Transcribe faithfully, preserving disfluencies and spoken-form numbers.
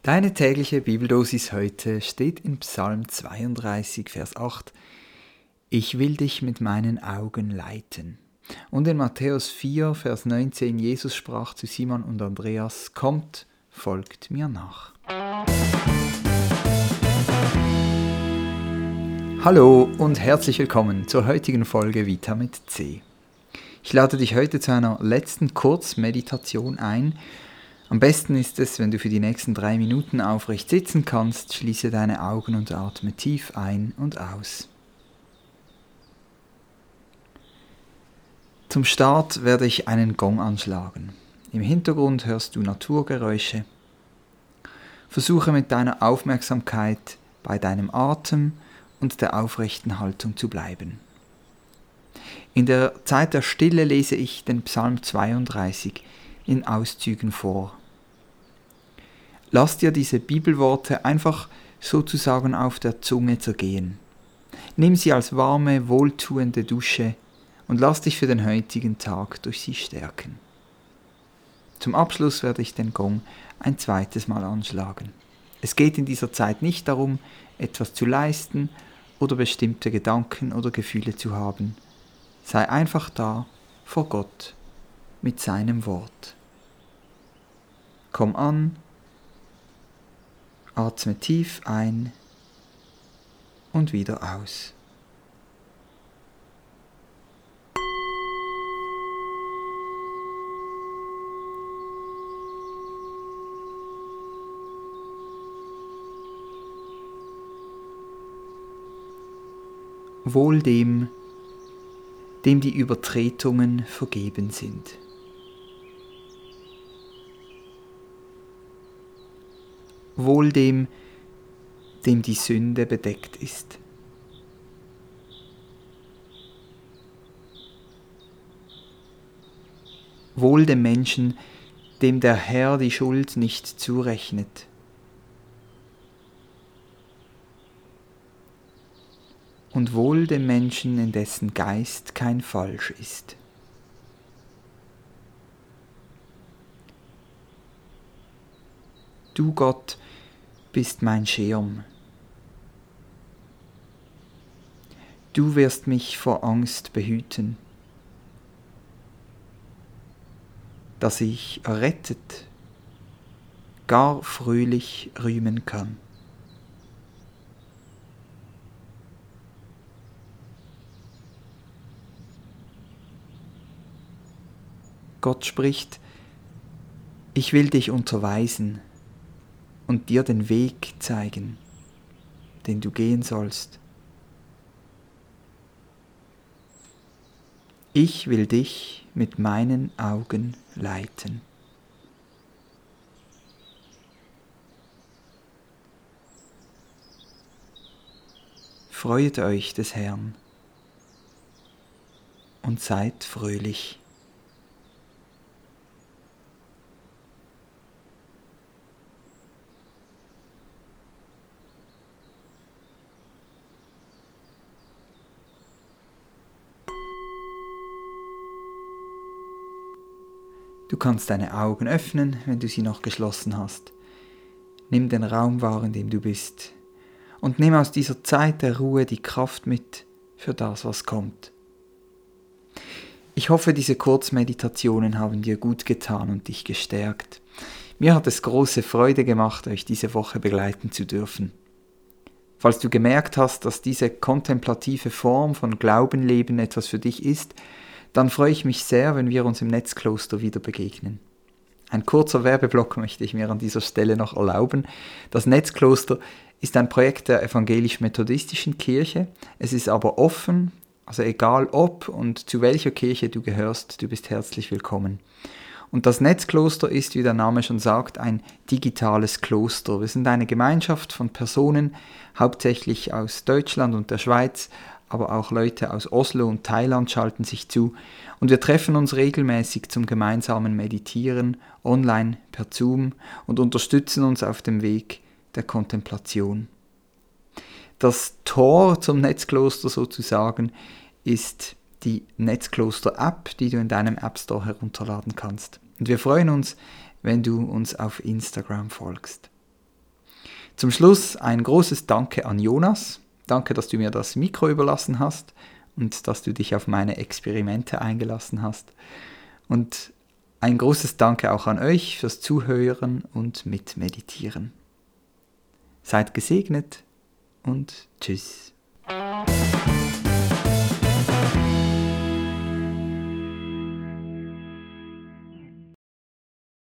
Deine tägliche Bibeldosis heute steht in Psalm zweiunddreißig, Vers acht. Ich will dich mit meinen Augen leiten. Und in Matthäus vier, Vers neunzehn, Jesus sprach zu Simon und Andreas, kommt, folgt mir nach. Hallo und herzlich willkommen zur heutigen Folge Vita mit C. Ich lade dich heute zu einer letzten Kurzmeditation ein. Am besten ist es, wenn du für die nächsten drei Minuten aufrecht sitzen kannst, schließe deine Augen und atme tief ein und aus. Zum Start werde ich einen Gong anschlagen. Im Hintergrund hörst du Naturgeräusche. Versuche mit deiner Aufmerksamkeit bei deinem Atem und der aufrechten Haltung zu bleiben. In der Zeit der Stille lese ich den Psalm zweiunddreißig in Auszügen vor. Lass dir diese Bibelworte einfach sozusagen auf der Zunge zergehen. Nimm sie als warme, wohltuende Dusche und lass dich für den heutigen Tag durch sie stärken. Zum Abschluss werde ich den Gong ein zweites Mal anschlagen. Es geht in dieser Zeit nicht darum, etwas zu leisten oder bestimmte Gedanken oder Gefühle zu haben. Sei einfach da vor Gott mit seinem Wort. Komm an, atme tief ein und wieder aus. Wohl dem, dem die Übertretungen vergeben sind. Wohl dem, dem die Sünde bedeckt ist. Wohl dem Menschen, dem der Herr die Schuld nicht zurechnet. Und wohl dem Menschen, in dessen Geist kein Falsch ist. Du Gott bist mein Schirm. Du wirst mich vor Angst behüten, dass ich errettet, gar fröhlich rühmen kann. Gott spricht, ich will dich unterweisen und dir den Weg zeigen, den du gehen sollst. Ich will dich mit meinen Augen leiten. Freuet euch des Herrn und seid fröhlich. Du kannst deine Augen öffnen, wenn du sie noch geschlossen hast. Nimm den Raum wahr, in dem du bist. Und nimm aus dieser Zeit der Ruhe die Kraft mit für das, was kommt. Ich hoffe, diese Kurzmeditationen haben dir gut getan und dich gestärkt. Mir hat es große Freude gemacht, euch diese Woche begleiten zu dürfen. Falls du gemerkt hast, dass diese kontemplative Form von Glaubenleben etwas für dich ist, dann freue ich mich sehr, wenn wir uns im Netzkloster wieder begegnen. Ein kurzer Werbeblock möchte ich mir an dieser Stelle noch erlauben. Das Netzkloster ist ein Projekt der evangelisch-methodistischen Kirche. Es ist aber offen, also egal ob und zu welcher Kirche du gehörst, du bist herzlich willkommen. Und das Netzkloster ist, wie der Name schon sagt, ein digitales Kloster. Wir sind eine Gemeinschaft von Personen, hauptsächlich aus Deutschland und der Schweiz, aber auch Leute aus Oslo und Thailand schalten sich zu und wir treffen uns regelmäßig zum gemeinsamen Meditieren, online per Zoom und unterstützen uns auf dem Weg der Kontemplation. Das Tor zum Netzkloster sozusagen ist die Netzkloster-App, die du in deinem App Store herunterladen kannst. Und wir freuen uns, wenn du uns auf Instagram folgst. Zum Schluss ein großes Danke an Jonas. Danke, dass du mir das Mikro überlassen hast und dass du dich auf meine Experimente eingelassen hast. Und ein großes Danke auch an euch fürs Zuhören und Mitmeditieren. Seid gesegnet und tschüss.